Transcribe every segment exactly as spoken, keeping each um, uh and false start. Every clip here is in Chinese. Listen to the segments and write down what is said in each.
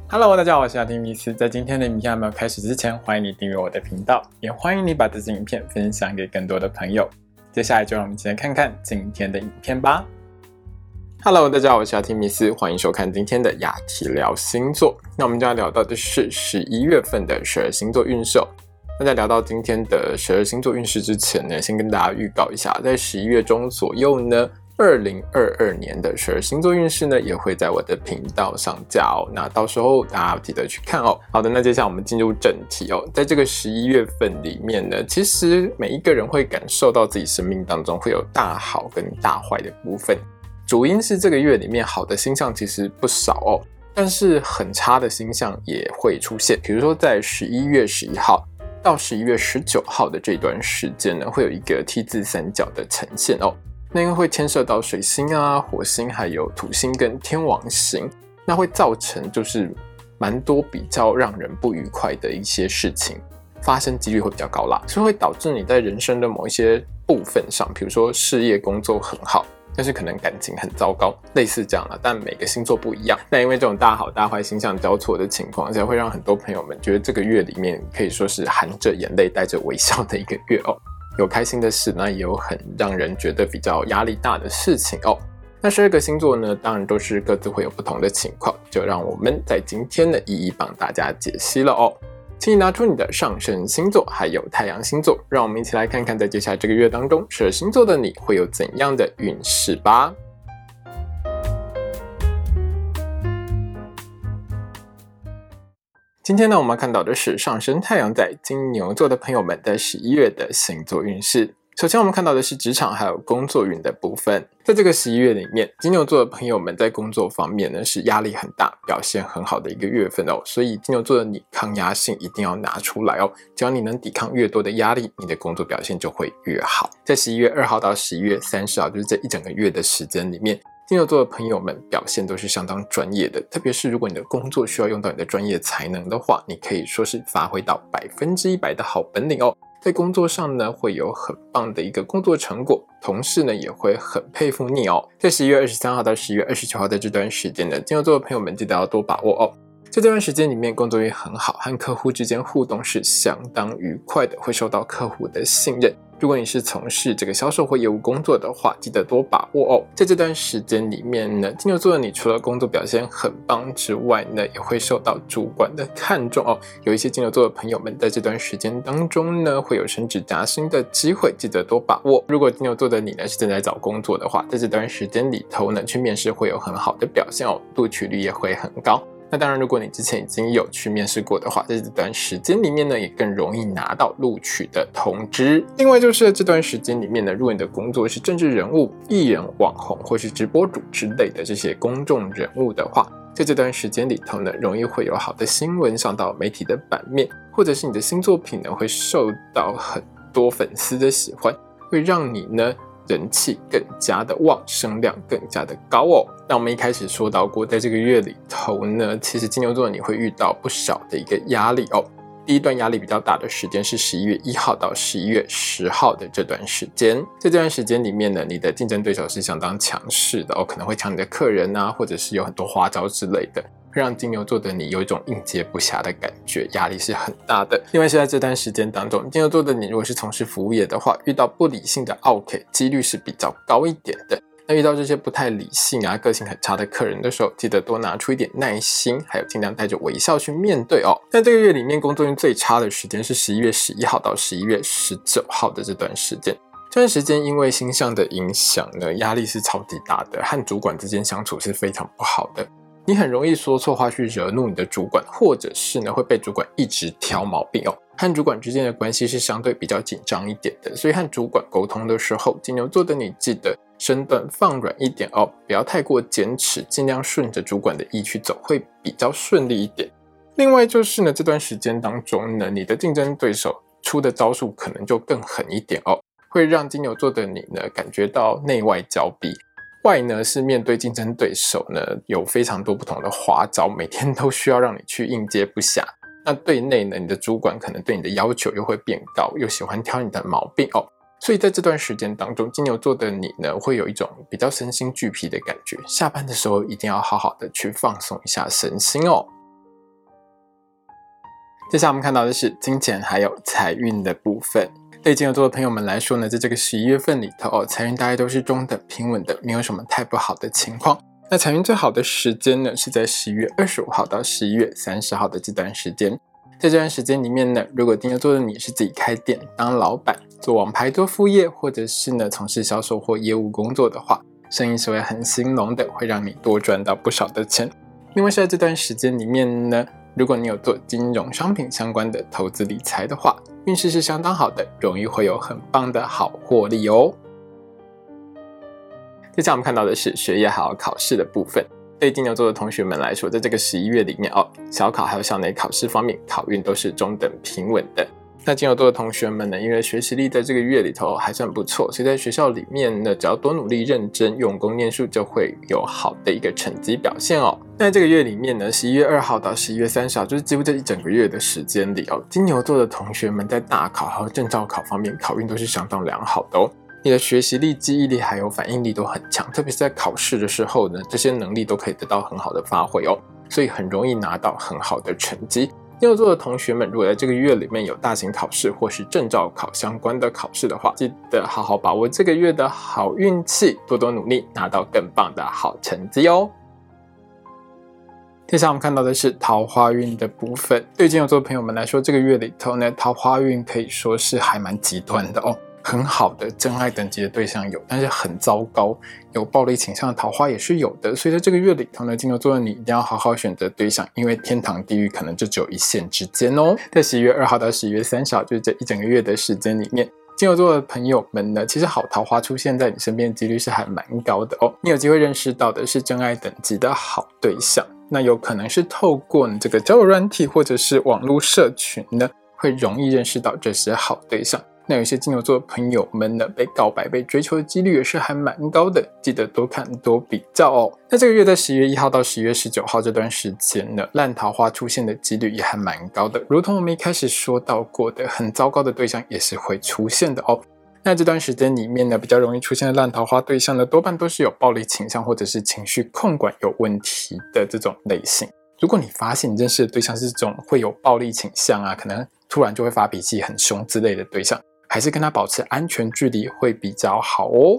Hello， 大家好，我是阿丁米斯。在今天的影片还没有开始之前，欢迎你订阅我的频道，也欢迎你把这支影片分享给更多的朋友。接下来就让我们一起来看看今天的影片吧。Hello， 大家好，我是阿丁米斯，欢迎收看今天的雅题聊星座。那我们就要聊到的是十一月份的十二星座运势。那在聊到今天的十二星座运势之前呢，先跟大家预告一下，在十一月中左右呢，二零二二年的十二星座运势呢，也会在我的频道上架哦。那到时候大家记得去看哦。好的，那接下来我们进入正题哦。在这个十一月份里面呢，其实每一个人会感受到自己生命当中会有大好跟大坏的部分。主因是这个月里面好的星象其实不少哦，但是很差的星象也会出现。比如说在十一月十一号到十一月十九号的这段时间呢，会有一个 T 字三角的呈现哦。那因为会牵涉到水星啊、火星还有土星跟天王星，那会造成就是蛮多比较让人不愉快的一些事情发生，几率会比较高啦，所以会导致你在人生的某一些部分上，比如说事业工作很好，但是可能感情很糟糕，类似这样啦。但每个星座不一样，那因为这种大好大坏星象交错的情况下，会让很多朋友们觉得这个月里面可以说是含着眼泪带着微笑的一个月哦。有开心的事，那也有很让人觉得比较压力大的事情哦。那十二个星座呢，当然都是各自会有不同的情况，就让我们在今天呢一一帮大家解析了哦。请你拿出你的上升星座还有太阳星座，让我们一起来看看在接下来这个月当中，十二星座的你会有怎样的运势吧。今天呢，我们看到的是上升太阳在金牛座的朋友们在十一月的星座运势。首先我们看到的是职场还有工作运的部分。在这个十一月里面，金牛座的朋友们在工作方面呢是压力很大，表现很好的一个月份哦。所以金牛座的你抗压性一定要拿出来哦。只要你能抵抗越多的压力，你的工作表现就会越好。在十一月二号到十一月三十号，就是这一整个月的时间里面，金牛座的朋友们表现都是相当专业的，特别是如果你的工作需要用到你的专业才能的话，你可以说是发挥到百分之一百的好本领哦。在工作上呢，会有很棒的一个工作成果，同事呢也会很佩服你哦。在十一月二十三号到十一月二十九号的这段时间呢，金牛座的朋友们记得要多把握哦。在这段时间里面，工作运很好，和客户之间互动是相当愉快的，会受到客户的信任。如果你是从事这个销售或业务工作的话，记得多把握哦。在这段时间里面呢，金牛座的你除了工作表现很棒之外呢，也会受到主管的看重哦。有一些金牛座的朋友们在这段时间当中呢，会有升职加薪的机会，记得多把握。如果金牛座的你呢是正在找工作的话，在这段时间里头呢，去面试会有很好的表现哦，录取率也会很高。那当然，如果你之前已经有去面试过的话，在这段时间里面呢，也更容易拿到录取的通知。另外就是这段时间里面呢，如果你的工作是政治人物、艺人、网红或是直播主之类的这些公众人物的话，在这段时间里头呢，容易会有好的新闻上到媒体的版面，或者是你的新作品呢，会受到很多粉丝的喜欢，会让你呢人气更加的旺，声量更加的高哦。那我们一开始说到过，在这个月里头呢，其实金牛座你会遇到不少的一个压力哦。第一段压力比较大的时间是十一月一号到十一月十号的这段时间。在这段时间里面呢，你的竞争对手是相当强势的哦，可能会抢你的客人啊，或者是有很多花招之类的，会让金牛座的你有一种应接不暇的感觉，压力是很大的。另外是在这段时间当中，金牛座的你如果是从事服务业的话，遇到不理性的 OK 几率是比较高一点的。那遇到这些不太理性啊、个性很差的客人的时候，记得多拿出一点耐心，还有尽量带着微笑去面对哦。在这个月里面，工作运最差的时间是十一月十一号到十一月十九号的这段时间。这段时间因为星象的影响呢，压力是超级大的，和主管之间相处是非常不好的。你很容易说错话去惹怒你的主管，或者是呢会被主管一直挑毛病哦。和主管之间的关系是相对比较紧张一点的，所以和主管沟通的时候，金牛座的你记得身段放软一点哦，不要太过坚持，尽量顺着主管的意去走，会比较顺利一点。另外就是呢，这段时间当中呢，你的竞争对手出的招数可能就更狠一点哦，会让金牛座的你呢感觉到内外交逼。外呢是面对竞争对手呢有非常多不同的花招，每天都需要让你去应接不暇。那对内呢，你的主管可能对你的要求又会变高，又喜欢挑你的毛病哦。所以在这段时间当中，金牛座的你呢，会有一种比较身心俱疲的感觉。下班的时候一定要好好的去放松一下身心哦。 接下来我们看到的是金钱还有财运的部分。对金牛座的朋友们来说呢，在这个十一月份里头哦，财运大概都是中等平稳的，没有什么太不好的情况。那财运最好的时间呢，是在十一月二十五号到十一月三十号的这段时间。在这段时间里面呢，如果金牛座的你是自己开店当老板，做网拍做副业，或者是呢从事销售或业务工作的话，生意是会很兴隆的，会让你多赚到不少的钱。另外是在这段时间里面呢，如果你有做金融商品相关的投资理财的话，运势是相当好的，容易会有很棒的好获利哦。接下来我们看到的是学业还有考试的部分。对金牛座的同学们来说，在这个十一月里面哦，小考还有校内考试方面，考运都是中等平稳的。那金牛座的同学们呢，因为学习力在这个月里头还算不错，所以在学校里面呢，只要多努力认真用功念书，就会有好的一个成绩表现哦。那这个月里面呢，十一月二号到十一月三十号，就是几乎这一整个月的时间里哦，金牛座的同学们在大考还有证照考方面，考运都是相当良好的哦。你的学习力、记忆力还有反应力都很强，特别是在考试的时候呢，这些能力都可以得到很好的发挥哦，所以很容易拿到很好的成绩。金牛座的同学们，如果在这个月里面有大型考试或是证照考相关的考试的话，记得好好把握这个月的好运气，多多努力，拿到更棒的好成绩哦。接下来我们看到的是桃花运的部分。对金牛座的朋友们来说，这个月里头呢，桃花运可以说是还蛮极端的哦。很好的真爱等级的对象有，但是很糟糕有暴力倾向的桃花也是有的。所以在这个月里头呢，金牛座的你一定要好好选择对象，因为天堂地狱可能就只有一线之间哦。在十一月二号到十一月三十号，就是这一整个月的时间里面，金牛座的朋友们呢，其实好桃花出现在你身边的几率是还蛮高的哦。你有机会认识到的是真爱等级的好对象，那有可能是透过你这个交友软体或者是网络社群呢，会容易认识到这些好对象。那有些金牛座的朋友们呢，被告白被追求的几率也是还蛮高的，记得多看多比较哦。那这个月在十一月一号到十一月十九号这段时间呢，烂桃花出现的几率也还蛮高的，如同我们一开始说到过的，很糟糕的对象也是会出现的哦。那这段时间里面呢，比较容易出现的烂桃花对象呢，多半都是有暴力倾向或者是情绪控管有问题的这种类型。如果你发现你认识的对象是这种会有暴力倾向啊，可能突然就会发脾气很凶之类的对象，还是跟他保持安全距离会比较好哦。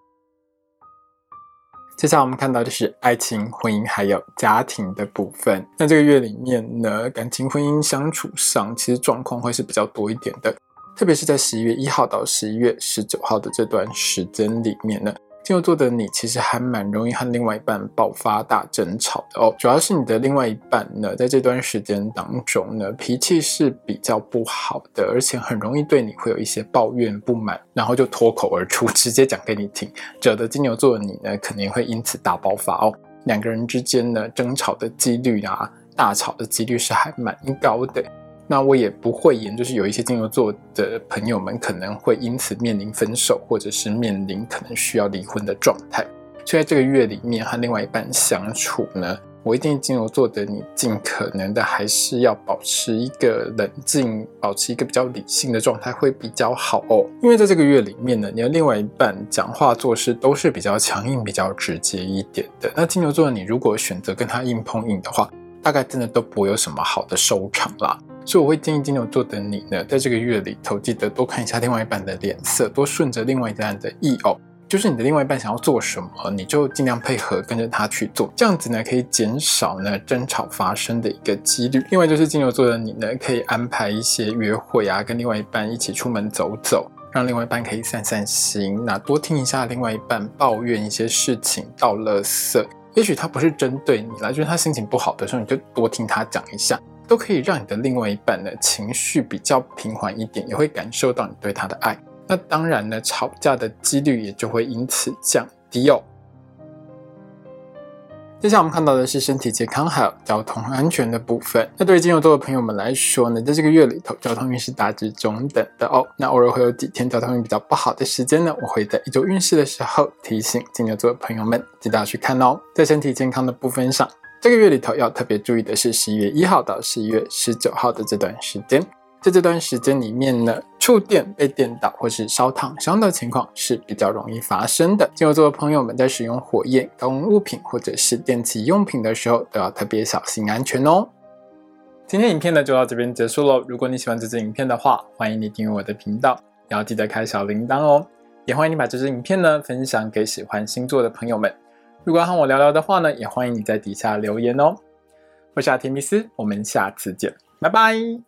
接下来我们看到的是爱情、婚姻还有家庭的部分。那这个月里面呢，感情、婚姻相处上其实状况会是比较多一点的，特别是在十一月一号到十一月十九号的这段时间里面呢，金牛座的你其实还蛮容易和另外一半爆发大争吵的哦。主要是你的另外一半呢，在这段时间当中呢，脾气是比较不好的，而且很容易对你会有一些抱怨不满，然后就脱口而出，直接讲给你听，惹得金牛座的你呢，可能会因此大爆发哦。两个人之间呢，争吵的几率啊，大吵的几率是还蛮高的。那我也不讳言，就是有一些金牛座的朋友们可能会因此面临分手，或者是面临可能需要离婚的状态。所以在这个月里面和另外一半相处呢，我一定金牛座的你尽可能的还是要保持一个冷静，保持一个比较理性的状态会比较好哦。因为在这个月里面呢，你的另外一半讲话做事都是比较强硬、比较直接一点的。那金牛座的你如果选择跟他硬碰硬的话，大概真的都不会有什么好的收场啦。所以我会建议金牛座的你呢，在这个月里头记得多看一下另外一半的脸色，多顺着另外一半的意哦。就是你的另外一半想要做什么，你就尽量配合跟着他去做，这样子呢可以减少呢争吵发生的一个几率。另外就是金牛座的你呢，可以安排一些约会啊，跟另外一半一起出门走走，让另外一半可以散散心，那多听一下另外一半抱怨一些事情，倒垃圾。也许他不是针对你啦，就是他心情不好的时候，你就多听他讲一下，都可以让你的另外一半呢情绪比较平缓一点，也会感受到你对他的爱。那当然呢，吵架的几率也就会因此降低哦。接下来我们看到的是身体健康还有交通安全的部分。那对于金牛座的朋友们来说呢，在这个月里头交通运是大致中等的哦。那偶尔会有几天交通运比较不好的时间呢，我会在一周运势的时候提醒金牛座的朋友们记得要去看哦。在身体健康的部分上，这个月里头要特别注意的是十一月一号到十一月十九号的这段时间。在这段时间里面呢，触电、被电到或是烧烫伤的情况是比较容易发生的。金牛座的朋友们在使用火焰、高温物品或者是电器用品的时候，都要特别小心安全哦。 今天影片呢就到这边结束了。如果你喜欢这支影片的话，欢迎你订阅我的频道，也要记得开小铃铛哦。也欢迎你把这支影片呢分享给喜欢星座的朋友们。如果要和我聊聊的话呢，也欢迎你在底下留言哦。我是阿提密斯，我们下次见，拜拜。